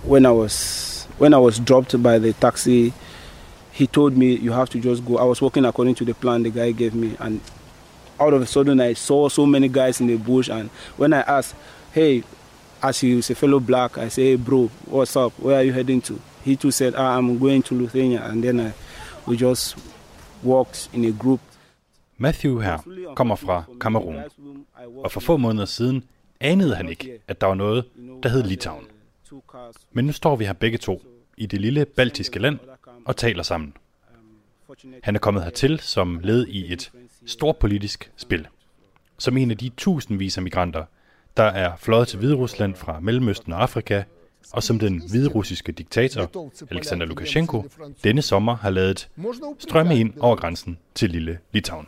when I was dropped by the taxi, he told me, you have to just go. I was working according to the plan the guy gave me, and out of a sudden I saw so many guys in the bush, and when I asked, hey, as he was a fellow black, I say, hey bro, what's up? Where are you heading to? He too said, I'm going to Lithuania, and then we just walked in a group. Matthew her kommer fra Kamerun, og for få måneder siden anede han ikke, at der var noget, der hed Litauen. Men nu står vi her begge to i det lille baltiske land og taler sammen. Han er kommet hertil som led i et stort politisk spil. Som en af de tusindvis af migranter, der er fløjet til Hviderusland fra Mellemøsten og Afrika, og som den hviderussiske diktator Alexander Lukashenko denne sommer har ladet strømme ind over grænsen til lille Litauen.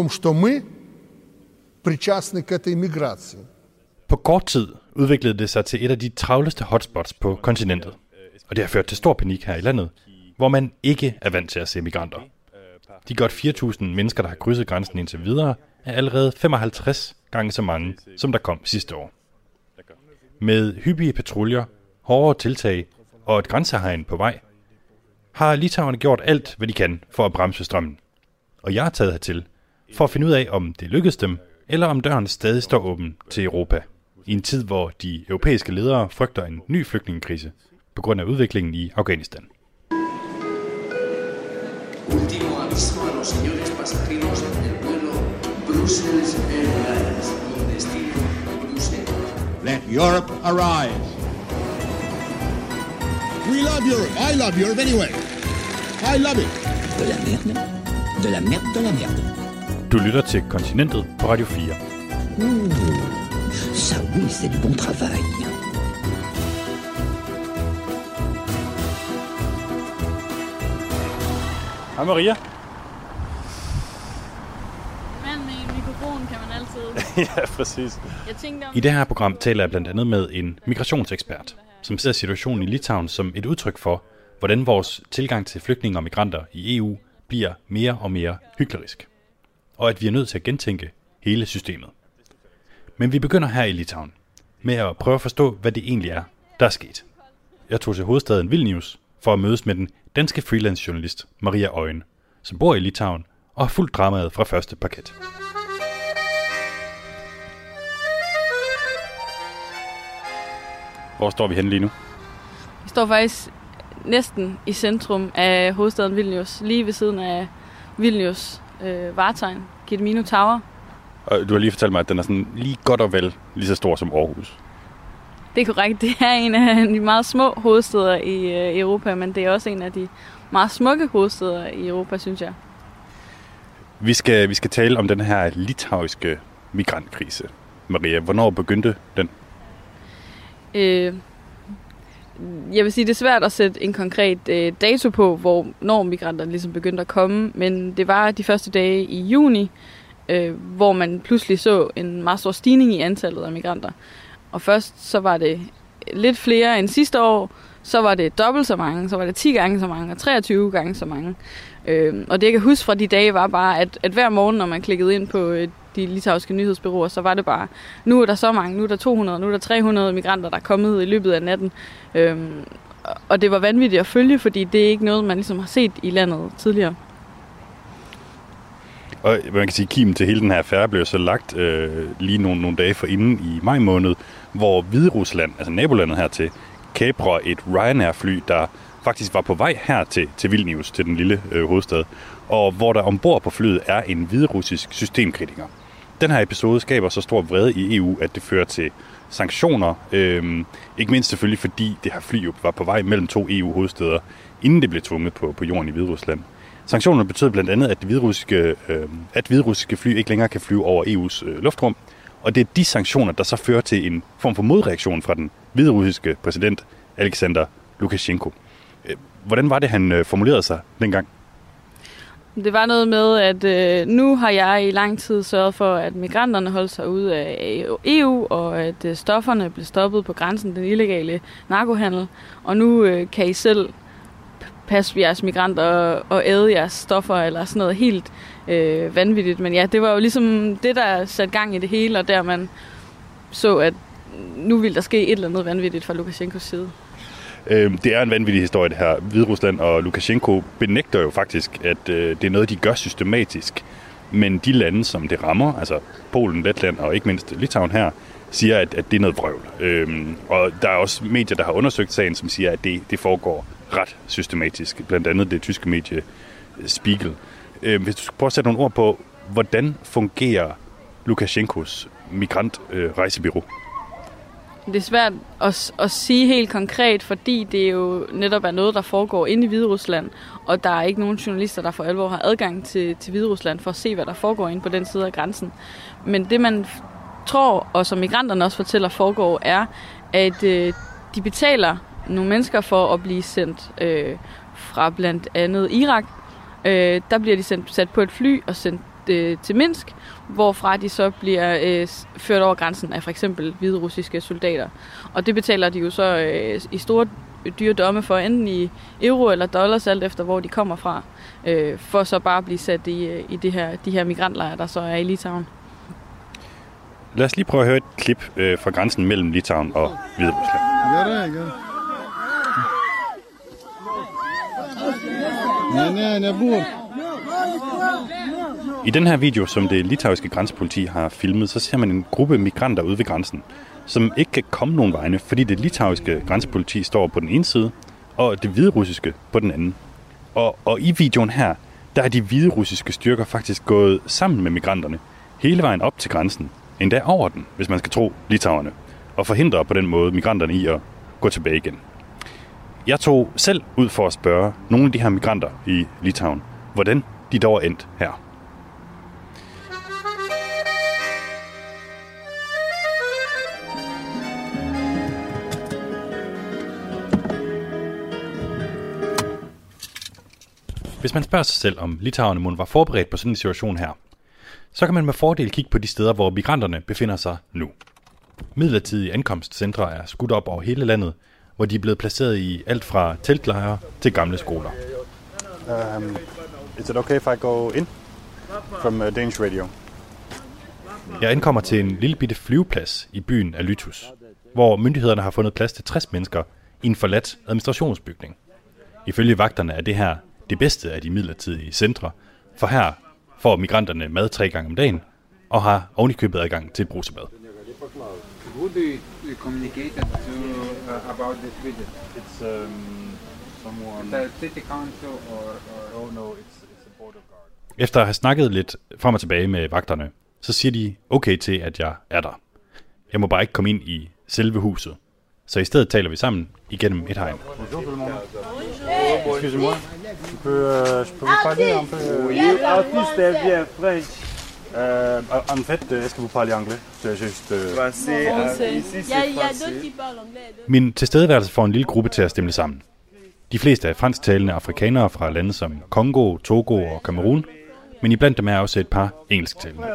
På kort tid udviklede det sig til et af de travleste hotspots på kontinentet, og det har ført til stor panik her i landet, hvor man ikke er vant til at se migranter. De godt 4.000 mennesker, der har krydset grænsen indtil videre, er allerede 55 gange så mange, som der kom sidste år. Med hyppige patruljer, hårdere tiltag og et grænsehegn på vej, har litauerne gjort alt, hvad de kan for at bremse strømmen. Og jeg er taget hertil for at finde ud af, om det lykkedes dem, eller om døren stadig står åben til Europa. I en tid, hvor de europæiske ledere frygter en ny flygtningekrise på grund af udviklingen i Afghanistan. Último aviso a los señores pasajeros del vuelo Brussels Airlines con destino Bruselas. Let Europe arise. We love Europe. I love Europe anyway. I love it. De la merde, de la merde, de la merde. Du lytter til Kontinentet på Radio 4. Ça oui, c'est du bon travail. Hej Maria. Mand med en mikrofon kan man altid. Ja, præcis. I det her program taler jeg blandt andet med en migrationsekspert, som ser situationen i Litauen som et udtryk for, hvordan vores tilgang til flygtninge og migranter i EU bliver mere og mere hyklerisk. Og at vi er nødt til at gentænke hele systemet. Men vi begynder her i Litauen med at prøve at forstå, hvad det egentlig er, der er sket. Jeg tog til hovedstaden Vilnius for at mødes med den danske freelance-journalist Maria Øjen, som bor i Litauen og har fulgt dramaet fra første parket. Hvor står vi henne lige nu? Vi står faktisk næsten i centrum af hovedstaden Vilnius, lige ved siden af Vilnius vartegn, Gedimino Tower. Og du har lige fortalt mig, at den er sådan lige godt og vel lige så stor som Aarhus. Det er korrekt. Det er en af de meget små hovedstæder i Europa, men det er også en af de meget smukke hovedstæder i Europa, synes jeg. Vi skal tale om den her litauiske migrantkrise. Maria, hvornår begyndte den? Jeg vil sige, det er svært at sætte en konkret dato på, hvornår migranterne ligesom begyndte at komme, men det var de første dage i juni, hvor man pludselig så en meget stor stigning i antallet af migranter. Og først så var det lidt flere end sidste år, så var det dobbelt så mange, så var det 10 gange så mange og 23 gange så mange. Og det jeg kan huske fra de dage var bare, at hver morgen, når man klikkede ind på de litauiske nyhedsbureauer, så var det bare, nu er der så mange, nu er der 200, nu er der 300 migranter, der er kommet i løbet af natten. Og det var vanvittigt at følge, fordi det er ikke noget, man ligesom har set i landet tidligere. Og man kan sige, at kimen til hele den her affære blev så lagt lige nogle dage forinden i maj måned, hvor Hviderusland, altså nabolandet hertil, kaprer et Ryanair-fly, der faktisk var på vej her til Vilnius, til den lille hovedstad, og hvor der ombord på flyet er en hviderussisk systemkritiker. Den her episode skaber så stor vrede i EU, at det fører til sanktioner, ikke mindst selvfølgelig fordi det her fly var på vej mellem 2 EU-hovedstæder, inden det blev tvunget på jorden i Hviderusland. Sanktionerne betød blandt andet, at hviderussiske fly ikke længere kan flyve over EU's luftrum, og det er de sanktioner, der så fører til en form for modreaktion fra den hviderussiske præsident Alexander Lukashenko. Hvordan var det, han formulerede sig dengang? Det var noget med, at nu har jeg i lang tid sørget for, at migranterne holdt sig ude af EU, og at stofferne blev stoppet på grænsen, den illegale narkohandel, og nu kan I selv passe jeres migranter og æde jeres stoffer, eller sådan noget helt vanvittigt. Men ja, det var jo ligesom det, der satte gang i det hele, og der man så, at nu ville der ske et eller andet vanvittigt fra Lukashenkos side. Det er en vanvittig historie, det her. Hviderusland og Lukashenko benægter jo faktisk, at det er noget, de gør systematisk. Men de lande, som det rammer, altså Polen, Letland og ikke mindst Litauen her, siger, at det er noget vrøvl. Og der er også medier, der har undersøgt sagen, som siger, at det foregår ret systematisk. Blandt andet det tyske medie Spiegel. Hvis du skal prøve at sætte nogle ord på, hvordan fungerer Lukashenkos migrantrejsebyrå? Det er svært at sige helt konkret, fordi det jo netop er noget, der foregår inde i Hviderusland, og der er ikke nogen journalister, der for alvor har adgang til Hviderusland for at se, hvad der foregår inde på den side af grænsen. Men det, man tror, og som migranterne også fortæller foregår, er, at de betaler nogle mennesker for at blive sendt fra blandt andet Irak. Der bliver de sat på et fly og sendt til Minsk, hvorfra de så bliver ført over grænsen af for eksempel hviderussiske soldater. Og det betaler de jo så i store dyre domme for, enten i euro eller dollars, alt efter hvor de kommer fra, for så bare at blive sat i de her migrantlejre, der så er i Litauen. Lad os lige prøve at høre et klip fra grænsen mellem Litauen og Hviderusland. I den her video, som det litauiske grænsepoliti har filmet, så ser man en gruppe migranter ude ved grænsen, som ikke kan komme nogen vegne, fordi det litauiske grænsepoliti står på den ene side, og det hviderussiske på den anden. Og i videoen her, der er de hviderussiske styrker faktisk gået sammen med migranterne hele vejen op til grænsen, endda over den, hvis man skal tro litauerne, og forhindrer på den måde migranterne i at gå tilbage igen. Jeg tog selv ud for at spørge nogle af de her migranter i Litauen, hvordan de dog er endt her. Hvis man spørger sig selv, om litauerne mon var forberedt på sådan en situation her, så kan man med fordel kigge på de steder, hvor migranterne befinder sig nu. Midlertidige ankomstcentre er skudt op over hele landet, hvor de er blevet placeret i alt fra teltlejre til gamle skoler. Is it okay if I go in from Danish Radio? Jeg ankommer til en lille bitte flyveplads i byen Alytus, hvor myndighederne har fundet plads til 60 mennesker i en forladt administrationsbygning. Ifølge vagterne er det her det bedste af de midlertidige centre, for her får migranterne mad 3 gange om dagen og har ovenikøbet adgang til et brusebad. Who do you communicate about this visit? It's someone. The city council or no, it's a border guard. Efter at have snakket lidt frem og tilbage med vagterne, så siger de okay til, at jeg er der. Jeg må bare ikke komme ind i selve huset. Så i stedet taler vi sammen igennem et hegn. Excusez-moi, je peux vous parler un peu? Oui, artiste bien French. En fait, est-ce que vous parlez anglais? C'est juste... Min tilstedeværelse får en lille gruppe til at stemme sammen. De fleste er fransktalende afrikanere fra lande som Kongo, Togo og Cameroun, men iblandt dem er også et par engelsktalende.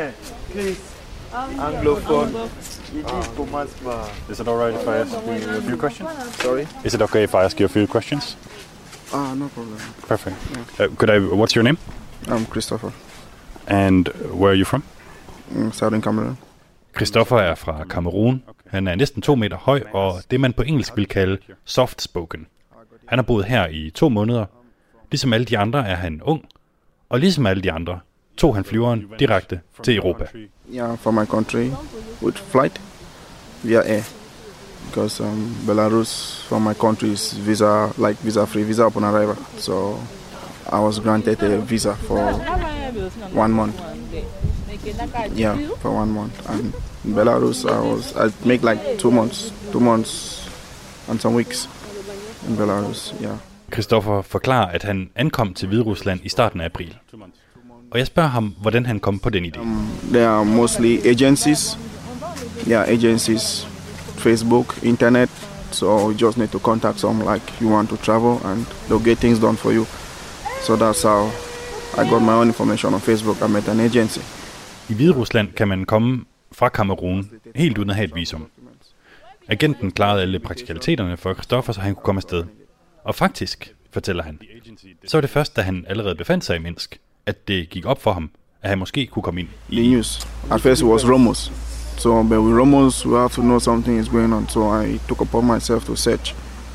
Anglophone. Is it alright if I ask you a few questions? Sorry? Is it okay if I ask you a few questions? No problem. Perfect. What's your name? I'm Christopher. And where are you from? Southern Cameroon. Christopher er fra Cameroun. Han er næsten 2 meter høj, og det man på engelsk vil kalde soft-spoken. Han har boet her i 2 måneder. Ligesom alle de andre er han ung, og ligesom alle de andre tog han flyveren direkte til Europa. Yeah, from my country with flight via air. Because Belarus from my country is visa-free, visa upon arrival. So I was granted a visa for 1 month. Yeah, for 1 month. And in Belarus, I make like 2 months and some weeks in Belarus. Yeah. Christopher forklarer, at han ankom til Hviderusland i starten af april. Og jeg spørger ham, hvordan han kom på den idé. There are mostly agencies. Yeah, agencies, Facebook, internet. So you just need to contact some like you want to travel and they'll get things done for you. So that's how I got my own information on Facebook. I met an agency. I Hviderusland kan man komme fra Cameroun helt uden at have et visum. Agenten klarede alle praktikaliteterne for Christopher, så han kunne komme afsted. Og faktisk, fortæller han, så var det først, da han allerede befandt sig i Minsk, at det gik op for ham, at han måske kunne komme ind i... The news. At first it was rumors. So but with rumors, we have to know something is going on. So I took upon myself to search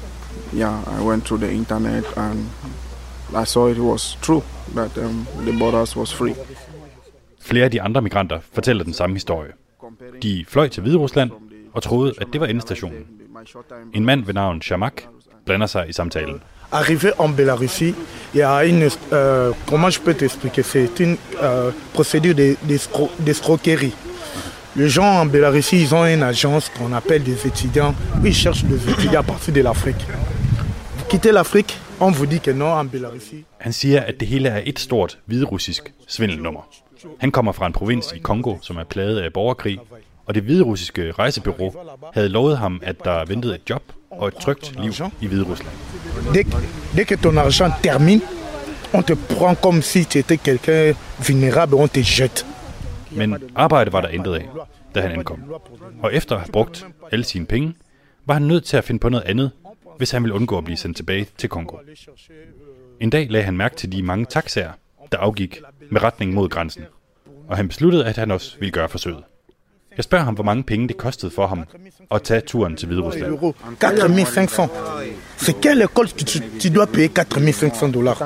Yeah, I went through the internet and I saw it was true that the borders was free. Flere af de andre migranter fortæller den samme historie. De fløj til Hviderusland og troede, at det var endestationen. En mand ved navn Shamak blander sig i samtalen. Arrivé en Biélorussie, il y a une, comment je peux t'expliquer, c'est une procédure d'escroquerie. Les gens en Biélorussie, ils ont une agence qu'on appelle des étudiants. Ils cherchent des étudiants à partir de l'Afrique. Vous quittez l'Afrique, on vous dit que non en Biélorussie. Han siger, at det hele er et stort hviderussisk svindelnummer. Han kommer fra en provins i Kongo, som er plaget af borgerkrig, og det hviderussiske rejsebureau havde lovet ham, at der ventede et job og et trygt liv i Hviderusland. Dès que ton argent termine, on te prend comme si tu étais quelqu'un vulnérable, on te jette. Men arbejde var der intet af, da han ankom. Og efter at have brugt alle sine penge, var han nødt til at finde på noget andet, hvis han ville undgå at blive sendt tilbage til Kongo. En dag lagde han mærke til de mange taxaer, der afgik med retning mod grænsen, og han besluttede, at han også ville gøre forsøget. Jeg spørger ham, hvor mange penge det kostede for ham at tage turen til Hviderusland. 4.500. C'est quelle école tu dois payer $4.500?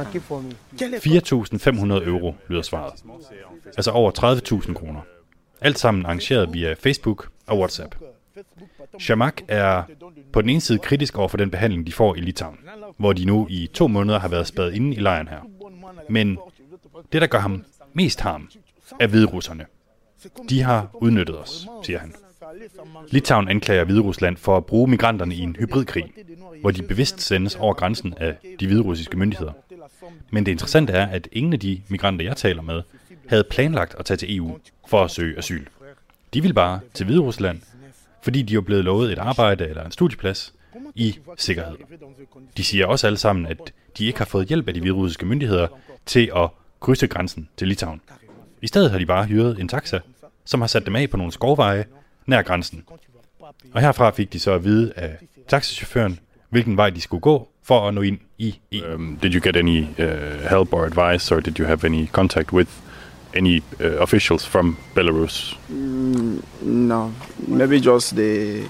4.500 euro, lyder svaret. Altså over 30.000 kroner. Alt sammen arrangeret via Facebook og WhatsApp. Shamak er på den ene side kritisk over for den behandling, de får i Litauen, hvor de nu i 2 måneder har været spadet inde i lejren her. Men det, der gør ham mest harm, er hviderusserne. De har udnyttet os, siger han. Litauen anklager Hviderusland for at bruge migranterne i en hybridkrig, hvor de bevidst sendes over grænsen af de hviderussiske myndigheder. Men det interessante er, at ingen af de migranter, jeg taler med, havde planlagt at tage til EU for at søge asyl. De ville bare til Hviderusland, fordi de var blevet lovet et arbejde eller en studieplads i sikkerhed. De siger også alle sammen, at de ikke har fået hjælp af de hviderussiske myndigheder til at krydse grænsen til Litauen. I stedet har de bare hyret en taxa, som har sat dem af på nogle skovveje nær grænsen. Og herfra fik de så at vide af taxichaufføren, hvilken vej de skulle gå for at nå ind i EU. Did you get any help or advice, or did you have any contact with any officials from Belarus? No, maybe just the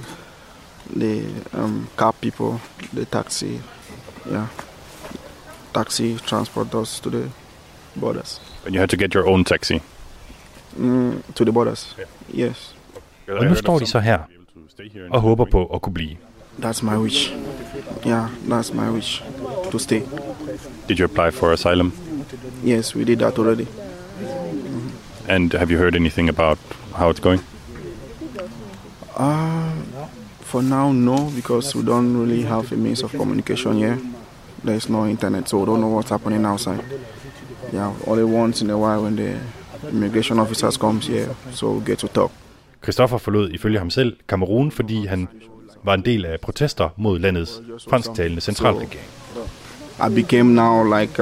car people, the taxi, yeah, taxi transport us to the borders. And you had to get your own taxi? To the borders, yes. Og nu står de så her og håber på at kunne blive. That's my wish. Yeah, that's my wish, to stay. Did you apply for asylum? Yes, we did that already. And have you heard anything about how it's going? For now, no, because we don't really have a means of communication here. There's no internet, so we don't know what's happening outside. Yeah, only once in a while when the immigration officers comes here, so we get to talk. Christoffer forlod ifølge ham selv Kamerun, fordi han var en del af protester mod landets fransktalende centralregering. I became now like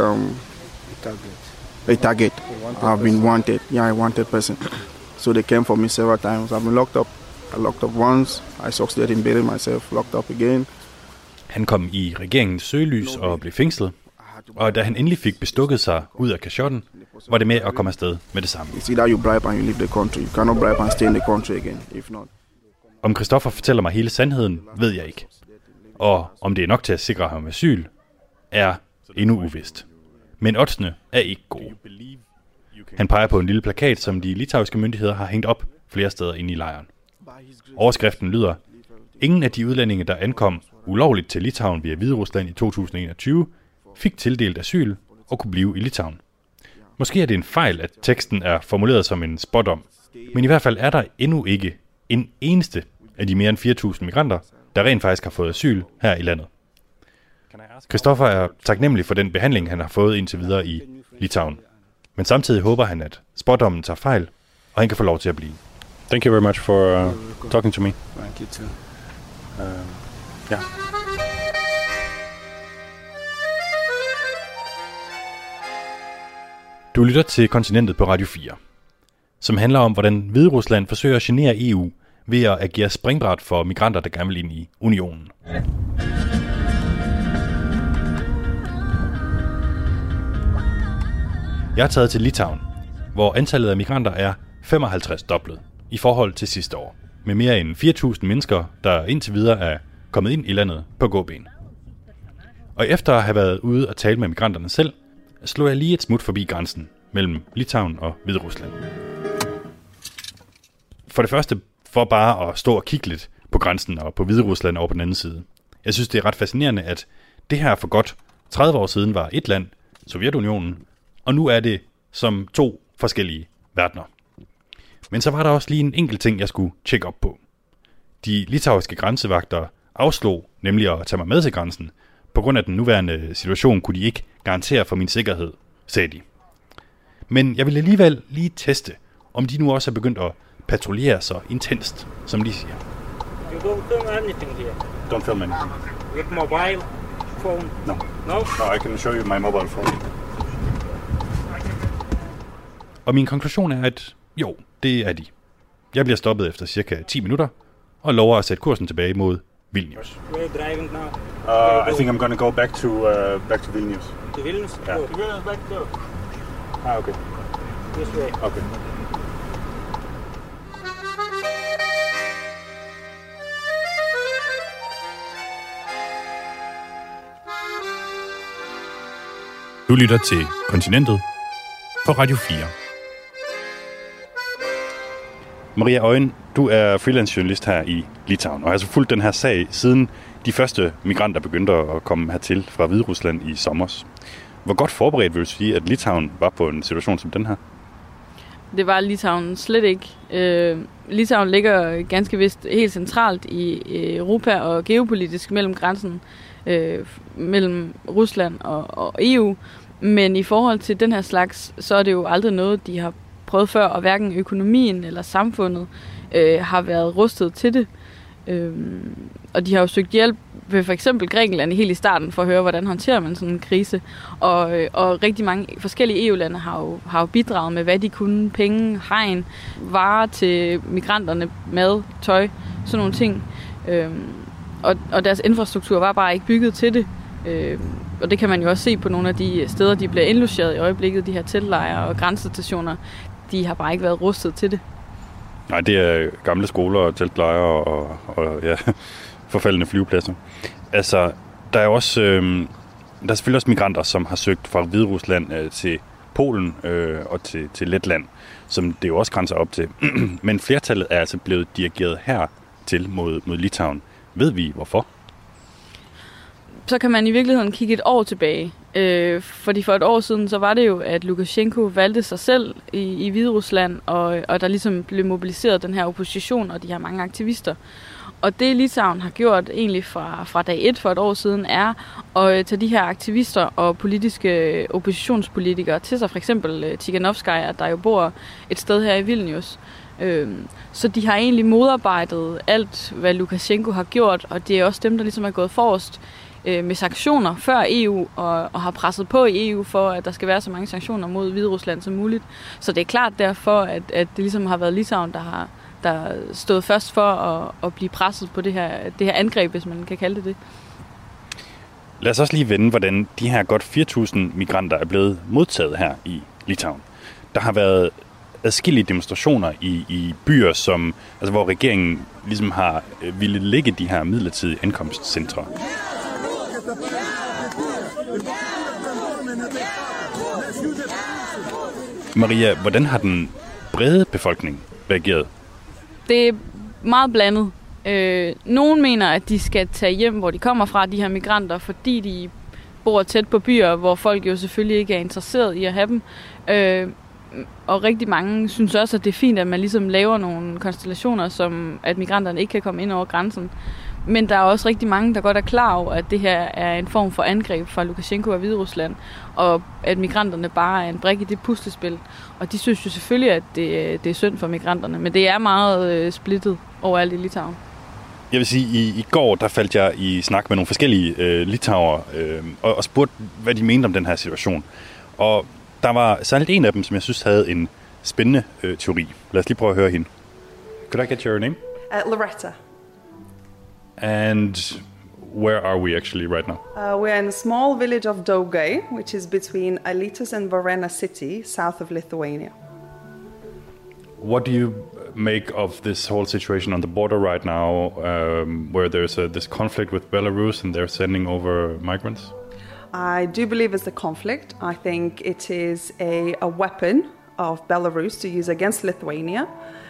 a target. I've been wanted. Yeah, a wanted person. So they came for me several times. I've been locked up. I locked up once. I succeeded in bailing myself. Locked up again. Han kom i regeringens søgelys og blev fængslet. Og da han endelig fik bestukket sig ud af kashotten, var det med at komme afsted med det samme. It's either you bribe and you leave the country. You cannot bribe and stay in the country again. If not. Om Christoffer fortæller mig hele sandheden, ved jeg ikke. Og om det er nok til at sikre ham asyl, er endnu uvist. Men oddsene er ikke gode. Han peger på en lille plakat, som de litauiske myndigheder har hængt op flere steder inde i lejren. Overskriften lyder: ingen af de udlændinge, der ankom ulovligt til Litauen via Hviderusland i 2021, fik tildelt asyl og kunne blive i Litauen. Måske er det en fejl, at teksten er formuleret som en spådom, men i hvert fald er der endnu ikke en eneste af de mere end 4.000 migranter, der rent faktisk har fået asyl her i landet. Christoffer er taknemmelig for den behandling, han har fået indtil videre i Litauen. Men samtidig håber han, at spådommen tager fejl, og han kan få lov til at blive. Thank you very much for talking to me. Thank you too. Yeah. Du lytter til Kontinentet på Radio 4, som handler om, hvordan Hviderusland forsøger at genere EU ved at agere springbræt for migranter, der gerne vil ind i unionen. Jeg er taget til Litauen, hvor antallet af migranter er 55 doblet i forhold til sidste år, med mere end 4.000 mennesker, der indtil videre er kommet ind i landet på gåben. Og efter at have været ude og tale med migranterne selv, slog jeg lige et smut forbi grænsen mellem Litauen og Hviderusland. For det første for bare at stå og kigge lidt på grænsen og på Hviderusland over på den anden side. Jeg synes, det er ret fascinerende, at det her for godt 30 år siden var et land, Sovjetunionen, og nu er det som 2 forskellige verdener. Men så var der også lige en enkelt ting, jeg skulle tjekke op på. De litauiske grænsevagter afslog nemlig at tage mig med til grænsen. På grund af den nuværende situation kunne de ikke garantere for min sikkerhed, sagde de. Men jeg ville alligevel lige teste, om de nu også er begyndt at patruljere så intenst, som de siger. You don't film anything here. Don't film anything. With mobile phone? No. No? No, I can show you my mobile phone. Og min konklusion er, at jo, det er de. Jeg bliver stoppet efter cirka 10 minutter, og lover at sætte kursen tilbage mod Vilnius. Where are you driving now? I think I'm gonna go back to Vilnius. To Vilnius? Yeah. To Vilnius back there. Okay. This way. Okay. Du lytter til Kontinentet på Radio 4. Maria Øjen, du er freelance journalist her i Litauen, og har altså fulgt den her sag siden de første migranter begyndte at komme hertil fra Hviderusland i sommer. Hvor godt forberedt vil du sige, at Litauen var på en situation som den her? Det var Litauen slet ikke. Litauen ligger ganske vist helt centralt i Europa og geopolitisk mellem grænsen mellem Rusland og EU. Men i forhold til den her slags, så er det jo aldrig noget, de har prøvet før, og hverken økonomien eller samfundet har været rustet til det. Og de har jo søgt hjælp ved for eksempel Grækenland helt i starten for at høre, hvordan håndterer man sådan en krise. Og rigtig mange forskellige EU-lande har jo bidraget med, hvad de kunne. Penge, hegn, varer til migranterne, mad, tøj, sådan nogle ting. Og deres infrastruktur var bare ikke bygget til det. Og det kan man jo også se på nogle af de steder, de bliver indlogeret i øjeblikket, de her teltlejre og grænsestationer. De har bare ikke været rustet til det. Nej, det er gamle skoler og teltlejre og ja, forfaldende flyvepladser. Altså, der er også der er selvfølgelig også migranter, som har søgt fra Hviderusland til Polen og til Letland, som det jo også grænser op til. Men flertallet er altså blevet dirigeret her til mod Litauen. Ved vi hvorfor? Så kan man i virkeligheden kigge et år tilbage. Fordi for et år siden, så var det jo, at Lukashenko valgte sig selv i Hviderusland, og der ligesom blev mobiliseret den her opposition og de her mange aktivister. Og det Litauen har gjort egentlig fra dag 1 for et år siden, er at tage de her aktivister og politiske oppositionspolitikere til sig. For eksempel Tikhanovskaja, der jo bor et sted her i Vilnius. Så de har egentlig modarbejdet alt, hvad Lukashenko har gjort, og det er også dem, der ligesom er gået forrest med sanktioner før EU, og har presset på i EU for, at der skal være så mange sanktioner mod Hviderusland som muligt. Så det er klart derfor, at det ligesom har været Litauen, der stod først for at blive presset på det her angreb, hvis man kan kalde det det. Lad os også lige vende, hvordan de her godt 4.000 migranter er blevet modtaget her i Litauen. Der har været adskillige demonstrationer i byer, som, altså hvor regeringen ligesom har ville lægge de her midlertidige ankomstcentre. Maria, hvordan har den brede befolkning reageret? Det er meget blandet. Nogen mener, at de skal tage hjem, hvor de kommer fra, de her migranter, fordi de bor tæt på byer, hvor folk jo selvfølgelig ikke er interesseret i at have dem. Og rigtig mange synes også, at det er fint, at man ligesom laver nogle konstellationer, som at migranterne ikke kan komme ind over grænsen. Men der er også rigtig mange, der godt er klar over, at det her er en form for angreb fra Lukashenko og Hviderusland, og at migranterne bare er en brik i det puslespil. Og de synes jo selvfølgelig, at det er synd for migranterne, men det er meget splittet overalt i Litauen. Jeg vil sige, i går der faldt jeg i snak med nogle forskellige litauer og spurgte, hvad de mente om den her situation. Og der var særligt en af dem, som jeg synes havde en spændende teori. Lad os lige prøve at høre hende. Could I get your name? Loretta. And where are we actually right now? We're in a small village of Daugava, which is between Alytus and Varna city, south of Lithuania. What do you make of this whole situation on the border right now, where there's this conflict with Belarus and they're sending over migrants? I do believe it's a conflict. I think it is a weapon of Belarus to use against Lithuania.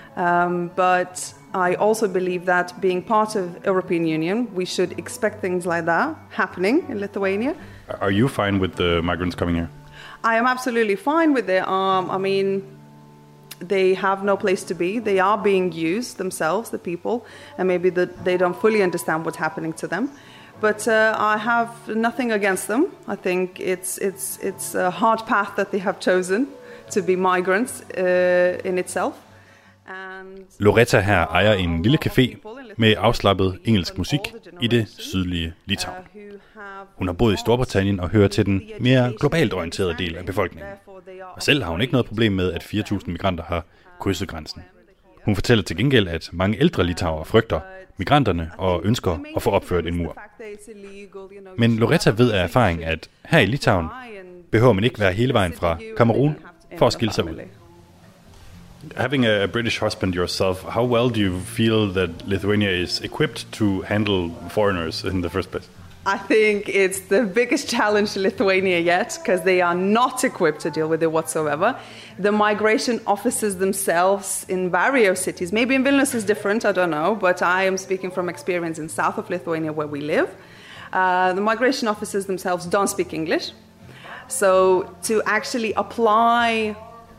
But I also believe that being part of European Union, we should expect things like that happening in Lithuania. Are you fine with the migrants coming here? I am absolutely fine with it. I mean, they have no place to be. They are being used themselves, the people, and maybe they don't fully understand what's happening to them. But I have nothing against them. I think it's a hard path that they have chosen to be migrants in itself. Loretta her ejer en lille café med afslappet engelsk musik i det sydlige Litauen. Hun har boet i Storbritannien og hører til den mere globalt orienterede del af befolkningen. Og selv har hun ikke noget problem med, at 4.000 migranter har krydset grænsen. Hun fortæller til gengæld, at mange ældre litauere frygter migranterne og ønsker at få opført en mur. Men Loretta ved af erfaring, at her i Litauen behøver man ikke være hele vejen fra Kamerun for at skille sig ud. Having a British husband yourself, how well do you feel that Lithuania is equipped to handle foreigners in the first place? I think it's the biggest challenge to Lithuania yet, because they are not equipped to deal with it whatsoever. The migration officers themselves in various cities, maybe in Vilnius is different, I don't know, but I am speaking from experience in south of Lithuania where we live. The migration officers themselves don't speak English. So to actually apply,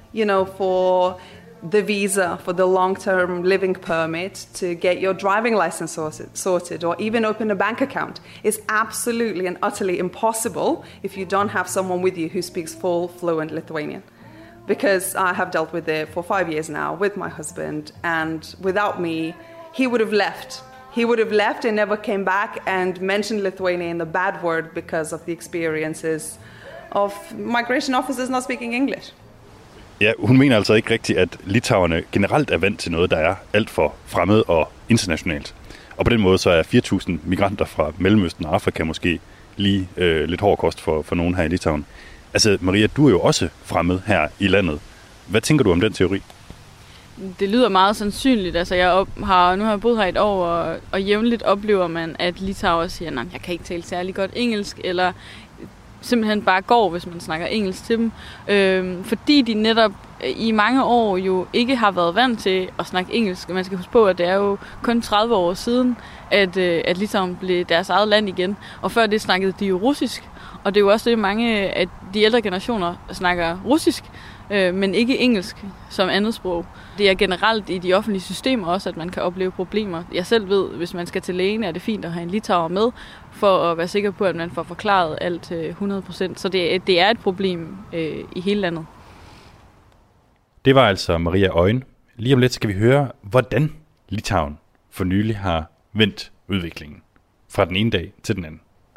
for the visa, for the long-term living permit, to get your driving license sorted, or even open a bank account is absolutely and utterly impossible if you don't have someone with you who speaks full, fluent Lithuanian. Because I have dealt with it for 5 years now with my husband, and without me, he would have left. He would have left and never came back and mentioned Lithuania in the bad word because of the experiences of migration officers not speaking English. Ja, hun mener altså ikke rigtigt, at litauerne generelt er vant til noget, der er alt for fremmed og internationalt. Og på den måde så er 4.000 migranter fra Mellemøsten og Afrika måske lige lidt hård kost for nogen her i Litauen. Altså Maria, du er jo også fremmed her i landet. Hvad tænker du om den teori? Det lyder meget sandsynligt. Altså nu har jeg boet her et år, og jævnligt oplever man, at litauer siger, at jeg kan ikke tale særlig godt engelsk, eller simpelthen bare går, hvis man snakker engelsk til dem. Fordi de netop i mange år jo ikke har været vant til at snakke engelsk. Man skal huske på, at det er jo kun 30 år siden, at Litauen blev deres eget land igen. Og før det snakkede de jo russisk. Og det er jo også det, mange af de ældre generationer snakker russisk, men ikke engelsk som andet sprog. Det er generelt i de offentlige systemer også, at man kan opleve problemer. Jeg selv ved, hvis man skal til lægen, er det fint at have en litauer med, for at være sikker på, at man får forklaret alt 100%. Så det er et problem i hele landet. Det var altså Maria Øjen. Lige om lidt skal vi høre, hvordan Litauen for nylig har vendt udviklingen fra den ene dag til den anden.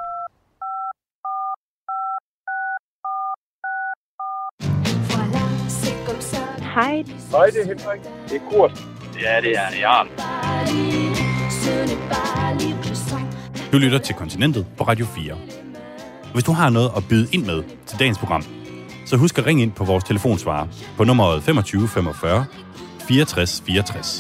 Hej. Hej, det er Henrik. Det er Kurt. Ja, det er Jan. Du lytter til Kontinentet på Radio 4. Hvis du har noget at byde ind med til dagens program, så husk at ringe ind på vores telefonsvarer på nummeret 25 45 64 64.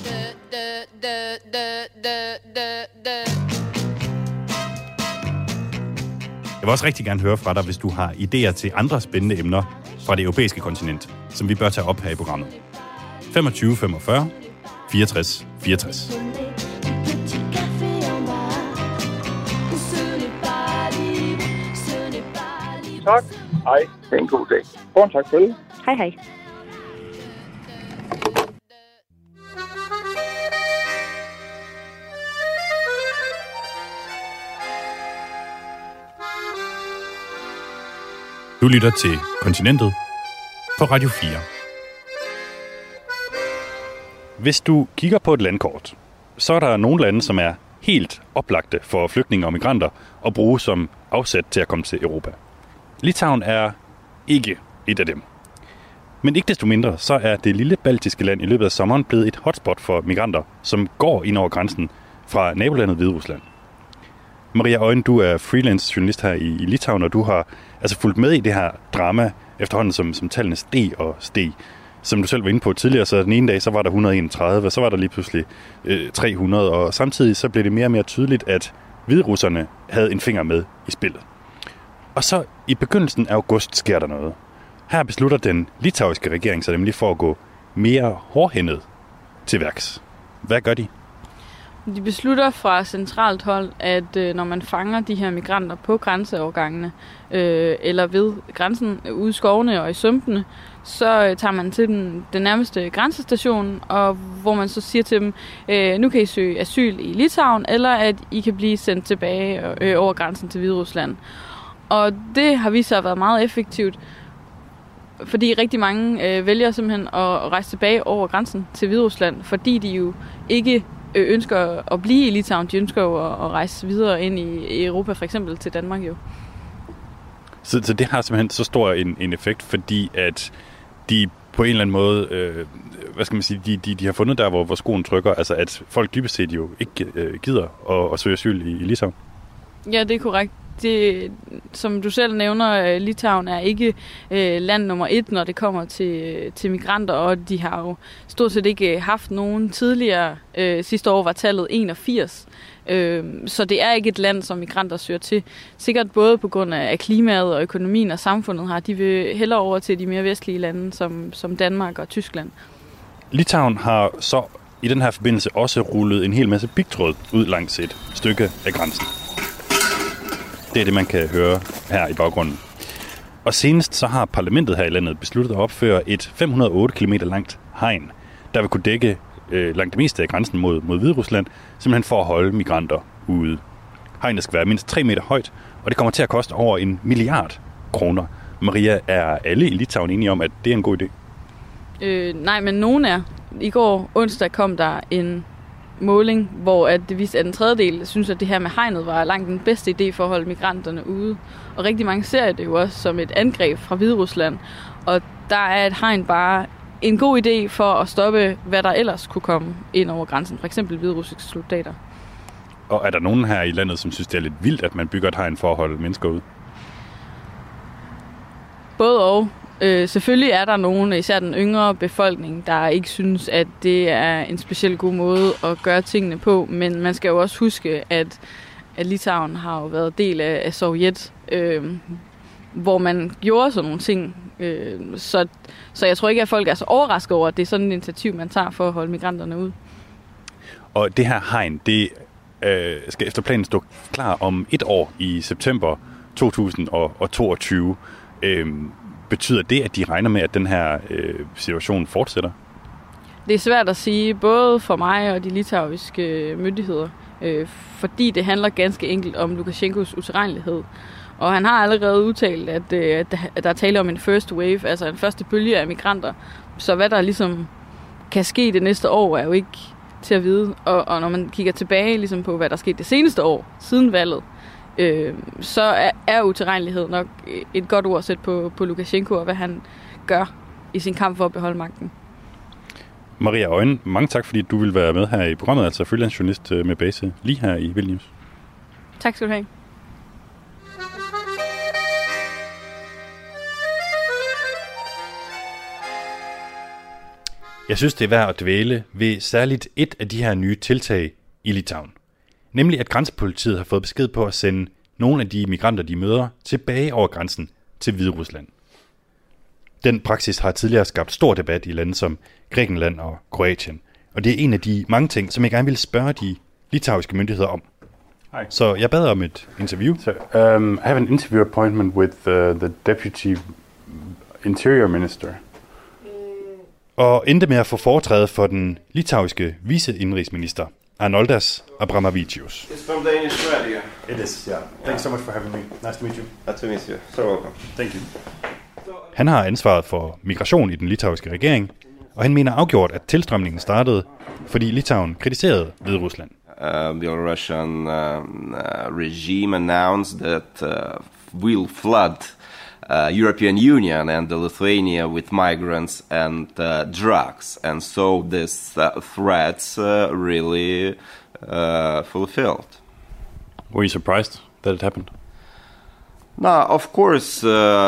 Jeg vil også rigtig gerne høre fra dig, hvis du har idéer til andre spændende emner fra det europæiske kontinent, som vi bør tage op her i programmet. 25 45 64 64. Tak. Hej. Det er en god dag. Godt, tak for det. Hej, hej. Du lytter til Kontinentet på Radio 4. Hvis du kigger på et landkort, så er der nogle lande, som er helt oplagte for flygtninge og migranter at bruge som afsæt til at komme til Europa. Litauen er ikke et af dem. Men ikke desto mindre, så er det lille baltiske land i løbet af sommeren blevet et hotspot for migranter, som går ind over grænsen fra nabolandet Hviderusland. Maria Øjen, du er freelance journalist her i Litauen, og du har altså fulgt med i det her drama efterhånden, som tallene steg og steg. Som du selv var inde på tidligere, så den ene dag, så var der 131, og så var der lige pludselig 300, og samtidig så blev det mere og mere tydeligt, at hviderusserne havde en finger med i spillet. Og så i begyndelsen af august sker der noget. Her beslutter den litauiske regering sig nemlig for at gå mere hårdhændet til værks. Hvad gør de? De beslutter fra centralt hold, at når man fanger de her migranter på grænseovergangene, eller ved grænsen ude i skovene og i sumpene, så tager man til den nærmeste grænsestation, og hvor man så siger til dem, nu kan I søge asyl i Litauen, eller at I kan blive sendt tilbage over grænsen til Hviderusland. Og det har vist sig at være meget effektivt, fordi rigtig mange vælger simpelthen at rejse tilbage over grænsen til Hviderusland, fordi de jo ikke ønsker at blive i Litauen, de ønsker jo at rejse videre ind i Europa, for eksempel til Danmark jo. Så det har simpelthen så stor en effekt, fordi at de på en eller anden måde, hvad skal man sige, de har fundet der, hvor skoen trykker, altså at folk dybest set jo ikke gider at søge asyl i Litauen. Ja, det er korrekt. Det, som du selv nævner, Litauen er ikke land nummer 1, når det kommer til migranter, og de har jo stort set ikke haft nogen tidligere. Sidste år var tallet 81. Så det er ikke et land, som migranter søger til. Sikkert både på grund af klimaet og økonomien og samfundet her. De vil hellere over til de mere vestlige lande, som Danmark og Tyskland. Litauen har så i den her forbindelse også rullet en hel masse pigtråd ud langs et stykke af grænsen. Det er det, man kan høre her i baggrunden. Og senest så har parlamentet her i landet besluttet at opføre et 508 km langt hegn, der vil kunne dække langt det meste af grænsen mod Hviderusland, simpelthen for at holde migranter ude. Hegnet skal være mindst 3 meter højt, og det kommer til at koste over 1 milliard kroner. Maria, er alle i Litauen enige om, at det er en god idé? Nej, men nogen er. I går onsdag kom der en måling, hvor at det viste, at en tredjedel synes, at det her med hegnet var langt den bedste idé for at holde migranterne ude. Og rigtig mange ser det jo også som et angreb fra Hviderusland. Og der er et hegn bare en god idé for at stoppe, hvad der ellers kunne komme ind over grænsen. For eksempel hviderussiske soldater. Og er der nogen her i landet, som synes, det er lidt vildt, at man bygger et hegn for at holde mennesker ude? Både og. Selvfølgelig er der nogen, især den yngre befolkning, der ikke synes, at det er en specielt god måde at gøre tingene på. Men man skal jo også huske, at Litauen har jo været del af Sovjet, hvor man gjorde sådan nogle ting. Så jeg tror ikke, at folk er så overrasket over, at det er sådan et initiativ, man tager for at holde migranterne ud. Og det her hegn, det skal efter planen stå klar om 1 år i september 2022. Betyder det, at de regner med, at den her situation fortsætter? Det er svært at sige, både for mig og de litauiske myndigheder, fordi det handler ganske enkelt om Lukashenkos utilregnelighed. Og han har allerede udtalt, at der er tale om en first wave, altså en første bølge af migranter. Så hvad der ligesom kan ske det næste år, er jo ikke til at vide. Og når man kigger tilbage ligesom på, hvad der skete det seneste år, siden valget, så er utilregnelighed nok et godt ord at sætte på Lukashenko, og hvad han gør i sin kamp for at beholde magten. Maria Øjne, mange tak, fordi du vil være med her i programmet, altså freelance journalist med base lige her i Vilnius. Tak skal du have. Jeg synes, det er værd at dvæle ved særligt et af de her nye tiltag i Litauen. Nemlig at grænsepolitiet har fået besked på at sende nogle af de migranter, de møder, tilbage over grænsen til Hviderusland. Den praksis har tidligere skabt stor debat i lande som Grækenland og Kroatien. Og det er en af de mange ting, som jeg gerne vil spørge de litauiske myndigheder om. Hi. Så jeg bad om et interview. So, I have an interview appointment with the Deputy Interior Minister. Og endte med at få foretræde for den litauiske viceindrigsminister, Arnoldas Abramavičius. It's from Danish radio. It is, yeah. Thanks so much for having me. Nice to meet you. Nice to meet you. So welcome. Thank you. Han har ansvaret for migration i den litauiske regering, og han mener afgjort, at tilstrømningen startede, fordi Litauen kritiserede Hviderusland. The Russian regime announced that will flood European Union and Lithuania with migrants and drugs, and so this threats really fulfilled. Were you surprised that it happened? No, of course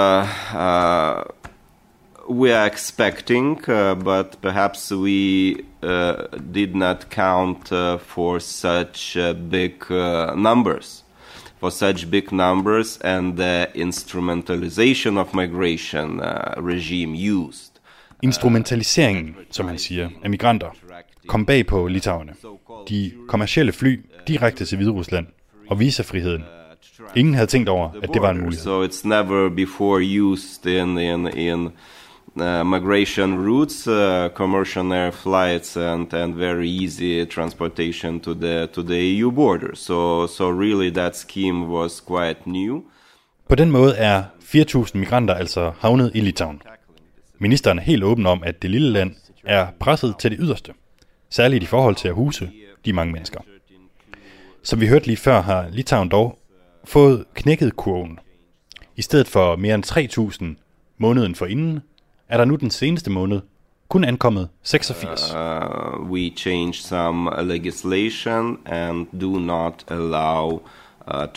we are expecting, but perhaps we did not count for such big numbers. for such big numbers and the instrumentalization of migration regime used. Instrumentaliseringen, som han siger, af migranter kom bag på litauerne. De kommercielle fly direkte til Hviderusland og visafriheden. Ingen havde tænkt over, at det var en mulighed. So it's never before used in migration routes, commercial air flights and very easy transportation to the EU border. So really that scheme was quite new. På den måde er 4.000 migranter altså havnet i Litauen. Ministeren er helt åben om, at det lille land er presset til det yderste, særligt i forhold til at huse de mange mennesker. Som vi hørte lige før, har Litauen dog fået knækket kurven. I stedet for mere end 3.000 måneden forinden, er der nu den seneste måned kun ankommet 86. We changed some legislation and do not allow to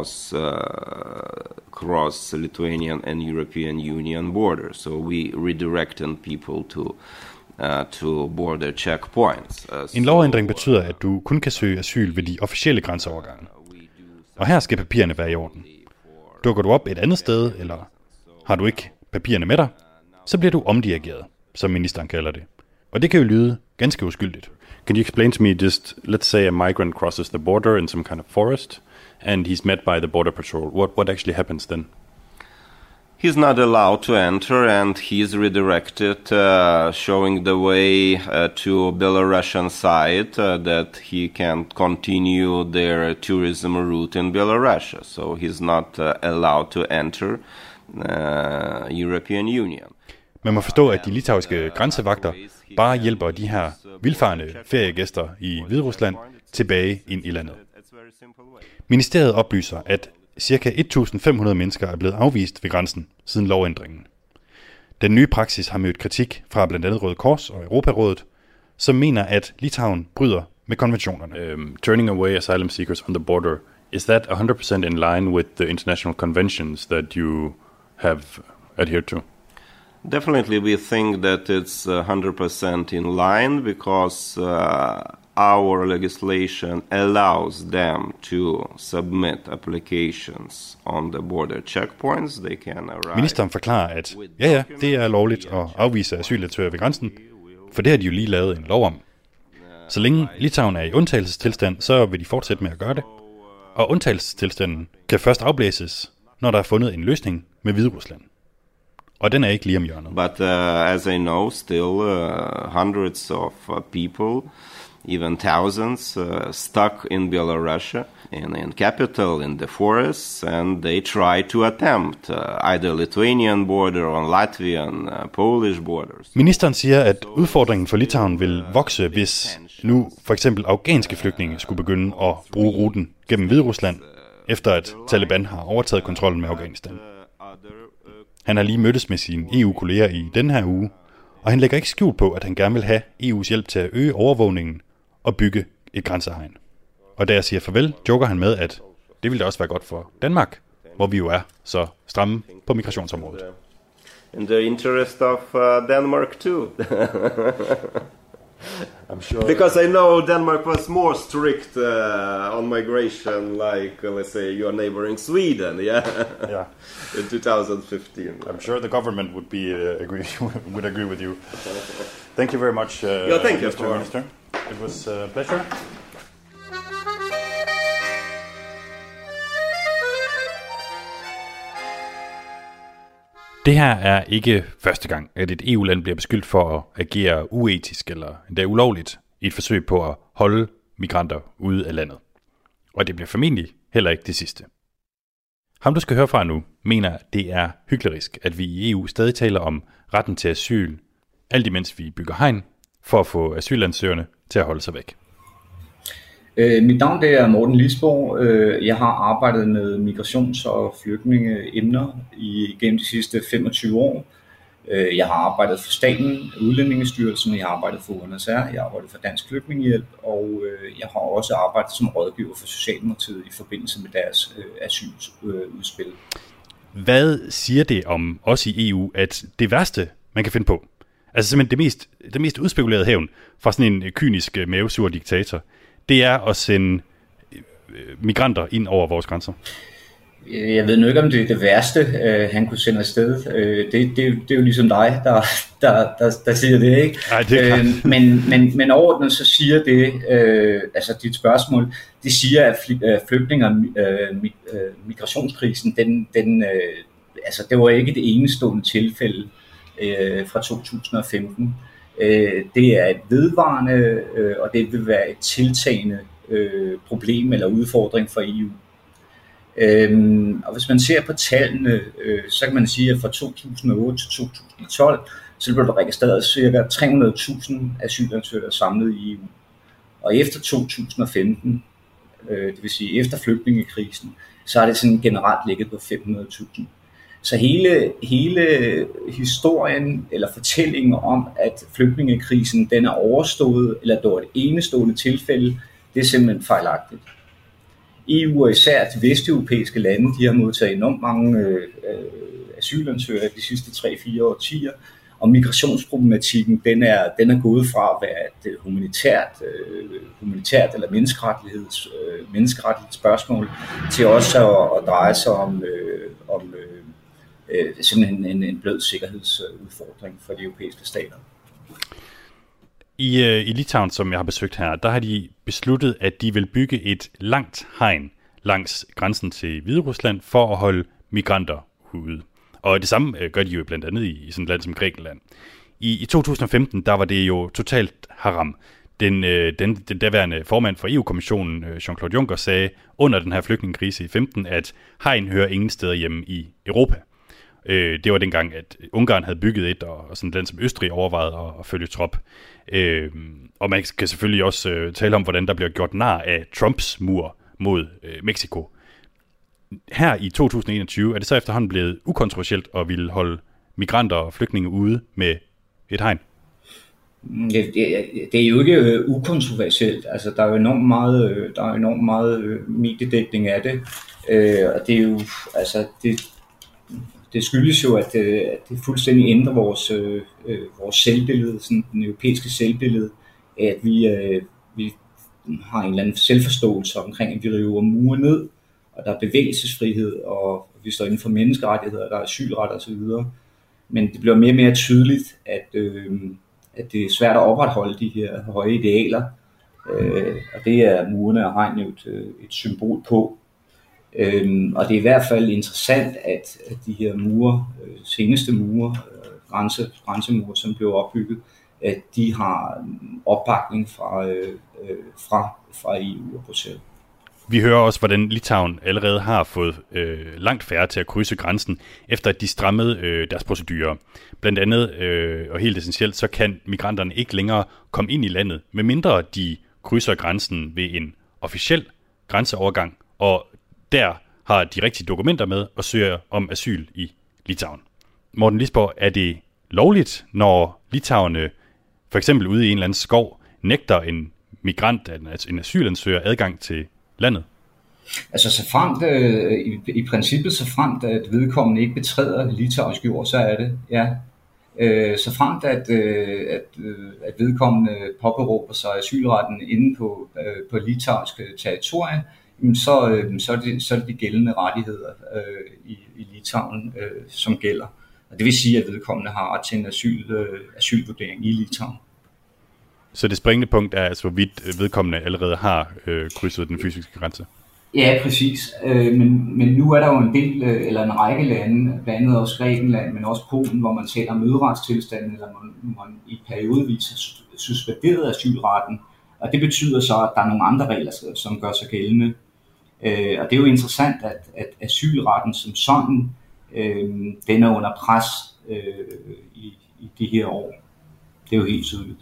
cross Lithuanian and European Union border. So we redirected people to border checkpoints. En lovændring betyder, at du kun kan søge asyl ved de officielle grænseovergange. Og her skal papirerne være i orden. Dukker du op et andet sted, eller har du ikke papirerne med dig, så bliver du omdirigeret, som ministeren kalder det. Og det kan jo lyde ganske uskyldigt. Can you explain to me just, let's say a migrant crosses the border in some kind of forest, and he's met by the border patrol. What actually happens then? He's not allowed to enter, and he's redirected, showing the way to Belarusian side that he can continue their tourism route in Belarus. So he's not allowed to enter European Union. Man må forstå, at de litauiske grænsevagter bare hjælper de her vildfarne feriegæster i Hviderusland tilbage ind i landet. Ministeriet oplyser, at ca. 1.500 mennesker er blevet afvist ved grænsen siden lovændringen. Den nye praksis har mødt kritik fra blandt andet Røde Kors og Europarådet, som mener, at Litauen bryder med konventionerne. Turning away asylum seekers on the border, is that 100% in line with the international conventions that you have adhered to? Definitely, we think that it's 100% in line because our legislation allows them to submit applications on the border checkpoints. They can arrive. Ministeren forklarer, at ja, det er lovligt at afvise asylansøgere ved grænsen, for det har de jo lige lavet en lov om. Så længe Litauen er i undtagelsestilstand, så vil de fortsætte med at gøre det. Og undtagelsestilstanden kan først afblæses, når der er fundet en løsning med Hviderusland. Og den er ikke lige om hjørnet. But as I know, still hundreds of people, even thousands, stuck in Belarus, in capital, in the forests, and they try to attempt either Lithuanian border or Latvian, Polish borders. Ministeren siger, at udfordringen for Litauen vil vokse, hvis nu for eksempel afghanske flygtninge skulle begynde at bruge ruten gennem Hviderusland, efter at Taliban har overtaget kontrollen med Afghanistan. Han har lige mødtes med sine EU-kolleger i den her uge, og han lægger ikke skjult på, at han gerne vil have EU's hjælp til at øge overvågningen og bygge et grænsehegn. Og da jeg siger farvel, joker han med, at det ville da også være godt for Danmark, hvor vi jo er så stramme på migrationsområdet. In the interest of Denmark too. I'm sure. Because I know Denmark was more strict on migration, like let's say your neighboring Sweden, yeah. In 2015. I'm sure the government would agree with you. Thank you very much, thank you, Mr. Minister. It was a pleasure. Det her er ikke første gang, at et EU-land bliver beskyldt for at agere uetisk eller endda ulovligt i et forsøg på at holde migranter ude af landet. Og det bliver formentlig heller ikke det sidste. Ham du skal høre fra nu, mener det er hyklerisk, at vi i EU stadig taler om retten til asyl, alt imens vi bygger hegn for at få asylansøgerne til at holde sig væk. Mit navn det er Morten Lisborg. Jeg har arbejdet med migrations- og flygtningeemner gennem de sidste 25 år. Jeg har arbejdet for staten, Udlændingestyrelsen, jeg har arbejdet for UNHCR, jeg har arbejdet for Dansk Flygtningehjælp, og jeg har også arbejdet som rådgiver for Socialdemokratiet i forbindelse med deres asyludspil. Hvad siger det om os i EU, at det værste, man kan finde på, altså simpelthen det mest udspekulerede hævn fra sådan en kynisk mavesur diktator, det er at sende migranter ind over vores grænser? Jeg ved nu ikke, om det er det værste, han kunne sende afsted. Det er jo ligesom dig, der siger det, ikke? Ej, det er men overordnet så siger det, altså dit spørgsmål, det siger, at migrationskrisen, altså det var ikke det enestående tilfælde fra 2015. Det er et vedvarende, og det vil være et tiltagende problem eller udfordring for EU. Og hvis man ser på tallene, så kan man sige, at fra 2008 til 2012, så blev der registreret ca. 300.000 asylansøgere samlet i EU. Og efter 2015, det vil sige efter flygtningekrisen, så har det sådan generelt ligget på 500.000. Så hele historien eller fortællingen om, at flygtningekrisen den er overstået, eller det var et enestående tilfælde, det er simpelthen fejlagtigt. EU og især de vesteuropæiske lande, de har modtaget enormt mange asylansøgere de sidste 3-4 årtier, og migrationsproblematikken den er gået fra at være et humanitært eller menneskeretligt spørgsmål til også at dreje sig om simpelthen en blød sikkerhedsudfordring for de europæiske stater. I Litauen, som jeg har besøgt her, der har de besluttet, at de vil bygge et langt hegn langs grænsen til Hviderusland for at holde migranter ude. Og det samme gør de jo blandt andet i sådan et land som Grækenland. I 2015, der var det jo totalt haram. Den daværende formand for EU-kommissionen, Jean-Claude Juncker, sagde under den her flygtningekrise i 15, at hegn hører ingen steder hjemme i Europa. Det var dengang, at Ungarn havde bygget et, og sådan et land som Østrig overvejede at følge trop. Og man kan selvfølgelig også tale om, hvordan der bliver gjort nar af Trumps mur mod Mexico. Her i 2021 er det så efterhånden blevet ukontroversielt at ville holde migranter og flygtninge ude med et hegn. Det er jo ikke ukontroversielt. Altså, der er jo enormt meget mediedækning af det. Og det er jo, altså, det skyldes jo, at det fuldstændig ændrer vores selvbillede, sådan den europæiske selvbillede, at vi har en eller anden selvforståelse omkring, at vi river mure ned, og der er bevægelsesfrihed, og vi står inden for menneskerettigheder, der er asylret osv. Men det bliver mere og mere tydeligt, at det er svært at opretholde de her høje idealer, og det er murene og hegn jo et symbol på. Og det er i hvert fald interessant, at de her mure, seneste mure, grænsemure, som blev opbygget, at de har opbakning fra EU og Bruxelles. Vi hører også, hvordan Litauen allerede har fået langt færre til at krydse grænsen, efter at de strammede deres procedurer. Blandt andet, og helt essentielt, så kan migranterne ikke længere komme ind i landet, medmindre de krydser grænsen ved en officiel grænseovergang, og der har de rigtige dokumenter med og søger om asyl i Litauen. Morten Lisborg, er det lovligt, når litauerne for eksempel ude i en eller anden skov nægter en migrant, en asylansøger, adgang til landet? Altså i princippet så fremt, at vedkommende ikke betræder litauisk jord, så er det, ja. Så fremt, at vedkommende påberåber sig asylretten inde på litauisk territorium, så er det de gældende rettigheder i Litauen, som gælder. Og det vil sige, at vedkommende har ret til en asylvurdering i Litauen. Så det springende punkt er altså, hvorvidt vedkommende allerede har krydset den fysiske grænse? Ja, præcis. Men nu er der jo en del, eller en række lande, blandt andet også Grækenland, men også Polen, hvor man taler om nødretstilstanden, eller man i periodevis har suspenderet asylretten. Og det betyder så, at der er nogle andre regler, som gør sig gældende. Og det er jo interessant, at asylretten som sådan, den er under pres i de her år. Det er jo helt tydeligt.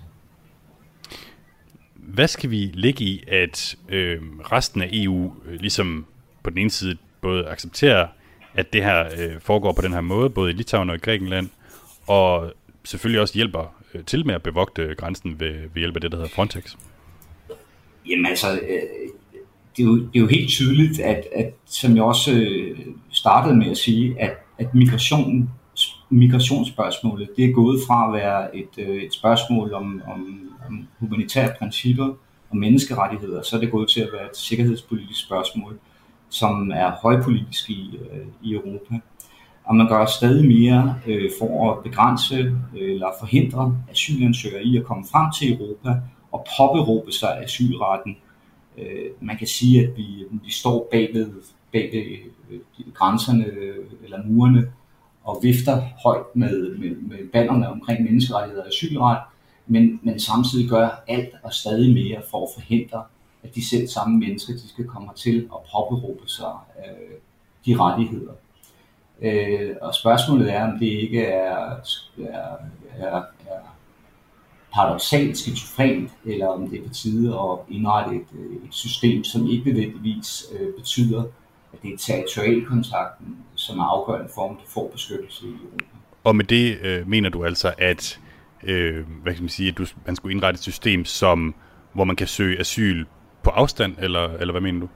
Hvad skal vi lægge i, at resten af EU ligesom på den ene side både accepterer, at det her foregår på den her måde, både i Litauen og i Grækenland, og selvfølgelig også hjælper til med at bevogte grænsen ved hjælp af det, der hedder Frontex? Jamen altså, det er jo helt tydeligt, at som jeg også startede med at sige, at migrationsspørgsmålet, det er gået fra at være et spørgsmål om humanitære principper og menneskerettigheder, så er det gået til at være et sikkerhedspolitisk spørgsmål, som er højpolitisk i Europa. Og man gør stadig mere for at begrænse eller forhindre asylansøgere i at komme frem til Europa og påberåbe sig asylretten. Man kan sige, at vi står bagved grænserne eller murene og vifter højt med bannerne omkring menneskerettigheder og asylret, men samtidig gør alt og stadig mere for at forhindre, at de selv samme mennesker, de skal komme til at påberåbe sig de rettigheder. Og spørgsmålet er, om det ikke er paradoksalt skizofrent, eller om det er på tide at indrette et system, som ikke nødvendigvis betyder, at det er territorialkontakten, som er afgørende for, om du får beskyttelse i Europa. Og med det mener du altså, at hvad kan man sige, at man skulle indrette et system, hvor man kan søge asyl på afstand, eller hvad mener du?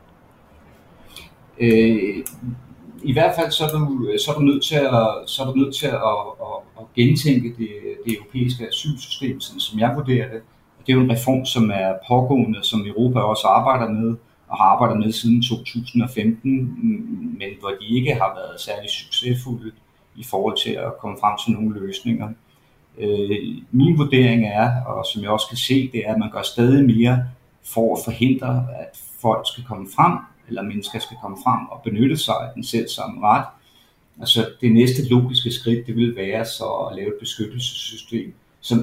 I hvert fald så er du nødt til at gentænke det europæiske asylsystem, som jeg vurderer det. Det er jo en reform, som er pågående, som Europa også arbejder med, og har arbejdet med siden 2015, men hvor de ikke har været særlig succesfulde i forhold til at komme frem til nogle løsninger. Min vurdering er, og som jeg også kan se, det er, at man gør stadig mere for at forhindre, at folk skal komme frem, eller mennesker skal komme frem og benytte sig af den selv samme ret. Altså det næste logiske skridt, det vil være så at lave et beskyttelsessystem, som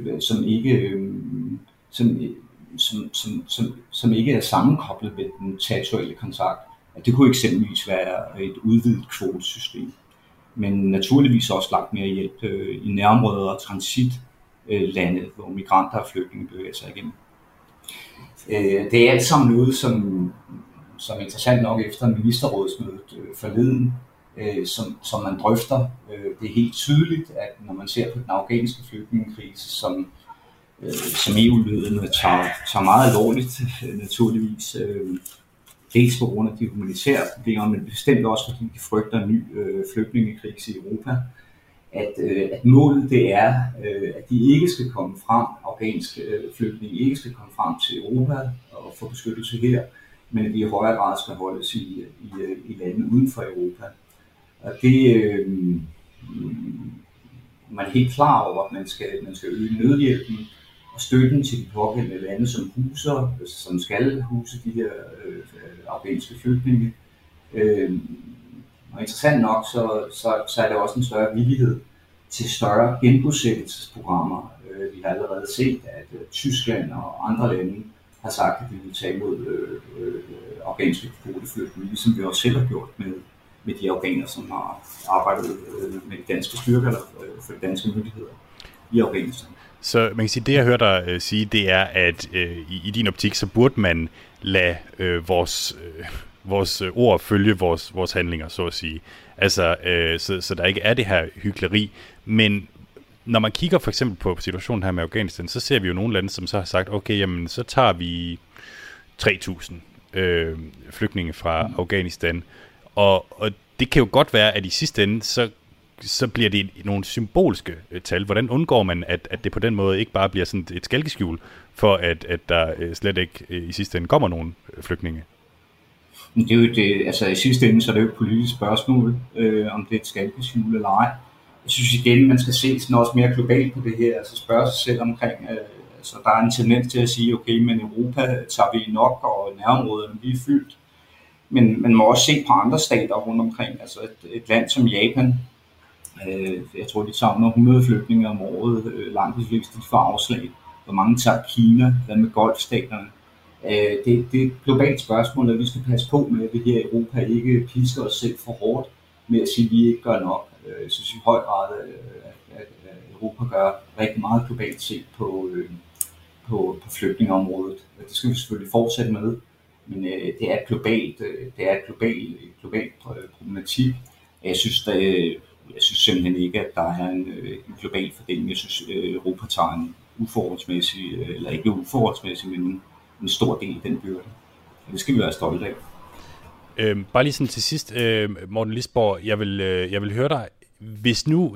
ikke er sammenkoblet med den territoriale kontakt. Det kunne eksempelvis være et udvidet kvotesystem, men naturligvis også langt mere hjælp i nærområder og transitlande, hvor migranter og flygtninge bevæger sig igennem. Det er alt sammen noget, som interessant nok efter ministerrådsmødet forleden, som man drøfter. Det er helt tydeligt, at når man ser på den afghanske flygtningekrise, som EU-lederne tager meget alvorligt, naturligvis, dels på grund af de humanitære problemer, men bestemt også fordi de frygter en ny flygtningekrise i Europa, at målet det er, at de ikke skal komme frem, afghanske flygtninge ikke skal komme frem til Europa og få beskyttelse her, men at de i højere grad skal holdes i lande uden for Europa. Og det man er helt klar over, at man skal øge nødhjælpen og støtten til de pågældende lande, som skal huse de her afghanske flygtninge. Og interessant nok, så er der også en større villighed til større genbosættelsesprogrammer. Vi har allerede set, at Tyskland og andre lande har sagt, at de vil tage imod afghanske kvoteflygtninge, ligesom vi også selv har gjort med de afghanere, som har arbejdet med de danske styrker eller for de danske myndigheder i Afghanistan. Så man kan sige, det jeg hører dig sige, det er, at i din optik, så burde man lade vores ord følge vores handlinger, så at sige. Altså, så der ikke er det her hykleri. Men når man kigger for eksempel på situationen her med Afghanistan, så ser vi jo nogle lande, som så har sagt, okay, jamen, så tager vi 3.000 flygtninge fra Afghanistan. Og det kan jo godt være, at i sidste ende, så bliver det nogle symbolske tal. Hvordan undgår man, at det på den måde ikke bare bliver sådan et skalkeskjul, for at der slet ikke i sidste ende kommer nogen flygtninge? Det er jo det, altså i sidste ende, så er det jo et politisk spørgsmål, om det er et skalkeskjul eller ej. Jeg synes igen, man skal se sådan også mere globalt på det her, altså spørge sig selv omkring, altså der er en tendens til at sige, okay, men Europa tager vi nok, og nærområderne vi er fyldt. Men man må også se på andre stater rundt omkring, altså et land som Japan, jeg tror de tager 100 flygtninge om året, langt de fleste de får afslag. Hvor mange tager Kina, hvad med golfstaterne? Det er et globalt spørgsmål, at vi skal passe på med, at vi her i Europa ikke pisker os selv for hårdt med at sige, at vi ikke gør nok. Jeg synes i høj grad, at Europa gør rigtig meget globalt set på flygtningeområdet. Det skal vi selvfølgelig fortsætte med, men det er et globalt problematik. Jeg synes simpelthen ikke, at der er en global fordeling. Jeg synes, Europa tager en uforholdsmæssig, eller ikke uforholdsmæssig, men en stor del af den byrde. Og det skal vi være stolte af. Bare lige sådan til sidst, Morten Lisborg, jeg vil høre dig, hvis nu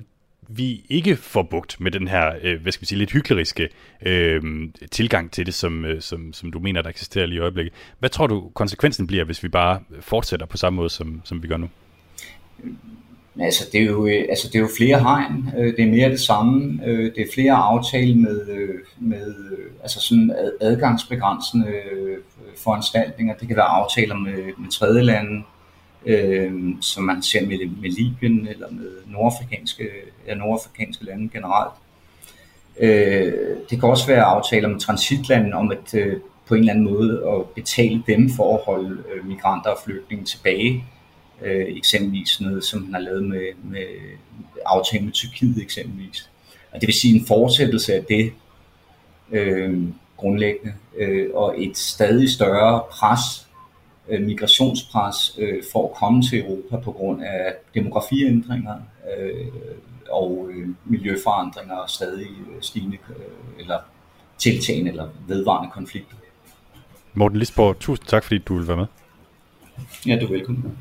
vi ikke får bugt med den her, hvad skal vi sige, lidt hykleriske tilgang til det, som du mener, der eksisterer lige i øjeblikket. Hvad tror du, konsekvensen bliver, hvis vi bare fortsætter på samme måde, som vi gør nu? Altså, det er jo flere hegn, det er mere det samme, det er flere aftaler med altså sådan adgangsbegrænsende foranstaltninger. Det kan være aftaler med tredjelande, som man ser med Libyen eller med nordafrikanske lande generelt. Det kan også være aftaler med transitlande om at på en eller anden måde at betale dem for at holde migranter og flygtninge tilbage. Eksempelvis noget, som han har lavet med aftalen med Tyrkiet eksempelvis. Og det vil sige en fortsættelse af det grundlæggende, og et stadig større pres, migrationspres for at komme til Europa på grund af demografiændringer og miljøforandringer og stadig stigende eller tiltagende eller vedvarende konflikter. Morten Lisborg, tusind tak, fordi du vil være med. Ja, du er velkommen.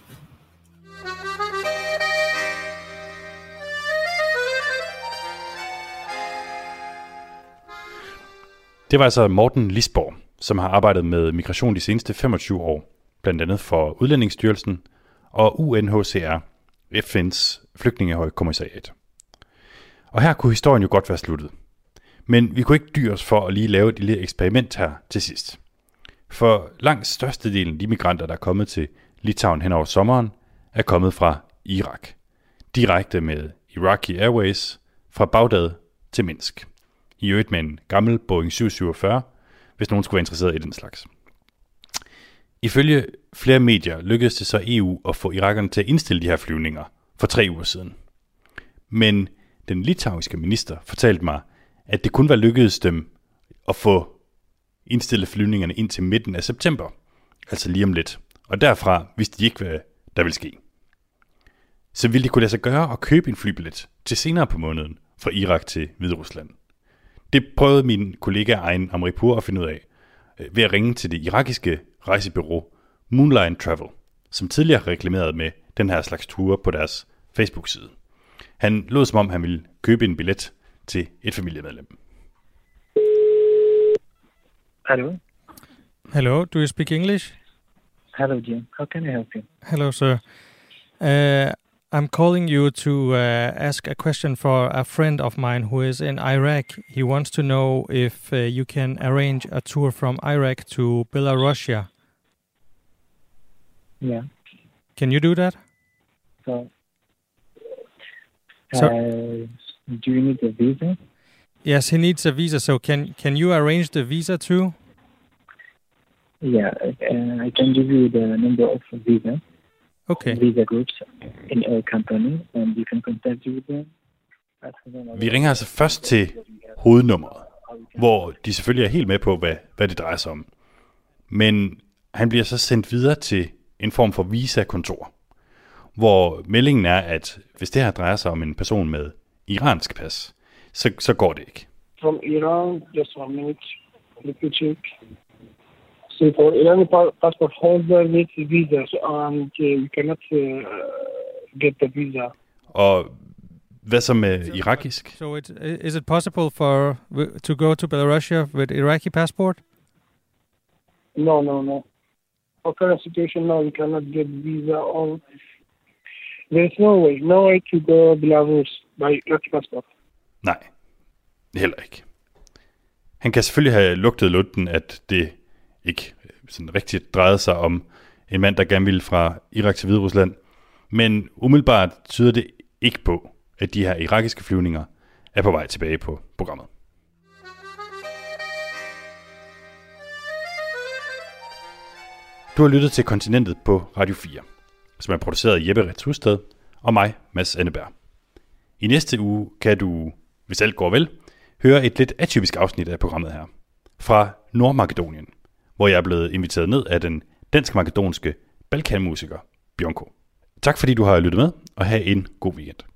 Det var altså Morten Lisborg, som har arbejdet med migration de seneste 25 år, blandt andet for Udlændingsstyrelsen og UNHCR, FN's flygtningehøjkommissariat. Og her kunne historien jo godt være sluttet. Men vi kunne ikke dyre os for at lige lave et lille eksperiment her til sidst. For langt størstedelen af de migranter, der er kommet til Litauen hen over sommeren, er kommet fra Irak. Direkte med Iraqi Airways fra Bagdad til Minsk. I øvrigt med en gammel Boeing 747, hvis nogen skulle være interesseret i den slags. Ifølge flere medier lykkedes det så EU at få irakerne til at indstille de her flyvninger for 3 uger siden. Men den litauiske minister fortalte mig, at det kun var lykkedes dem at få indstillet flyvningerne ind til midten af september, altså lige om lidt. Og derfra vidste de ikke, hvad der ville ske. Så ville de kunne lade sig gøre at købe en flybillet til senere på måneden fra Irak til Hviderusland. Det prøvede min kollega Ayn Amripur at finde ud af ved at ringe til det irakiske rejsebureau Moonline Travel, som tidligere har reklameret med den her slags ture på deres Facebook-side. Han lod som om, han ville købe en billet til et familiemedlem. Hello. Hello, do you speak English? Hello, Jim. How can I help you? Hello, sir. I'm calling you to ask a question for a friend of mine who is in Iraq. He wants to know if you can arrange a tour from Iraq to Belarus. Yeah. Can you do that? So do you need a visa? Yes, he needs a visa. So can you arrange the visa too? Yeah, I can give you the number of visa. Okay. Visa groups in our company, and you can contact with them. Vi ringer altså først til hovednummeret, hvor de selvfølgelig er helt med på, hvad det drejer sig om. Men han bliver så sendt videre til en form for visa-kontor, hvor meldingen er, at hvis det her drejer sig om en person med iransk pas, så går det ikke. From Iran, just 1 minute. Let me check. So for Iranian passport holder with visa, and you cannot get the visa. Og hvad så med irakisk? So is it possible to go to Belarus with Iraqi passport? No. For current situation, no, you cannot get visa. Or there's no way to go Belarus by Iraqi passport. Nej, heller ikke. Han kan selvfølgelig have lugtet lunden, at det ikke sådan rigtigt drejede sig om en mand, der gerne ville fra Irak til Hviderusland. Men umiddelbart tyder det ikke på, at de her irakiske flyvninger er på vej tilbage på programmet. Du har lyttet til Kontinentet på Radio 4, som er produceret af Jeppe Retz Husted og mig, Mads Anneberg. I næste uge kan du, hvis alt går vel, høre et lidt atypisk afsnit af programmet her. Fra Nordmakedonien, hvor jeg er blevet inviteret ned af den dansk-makedonske balkanmusiker Bjørnko. Tak fordi du har lyttet med, og have en god weekend.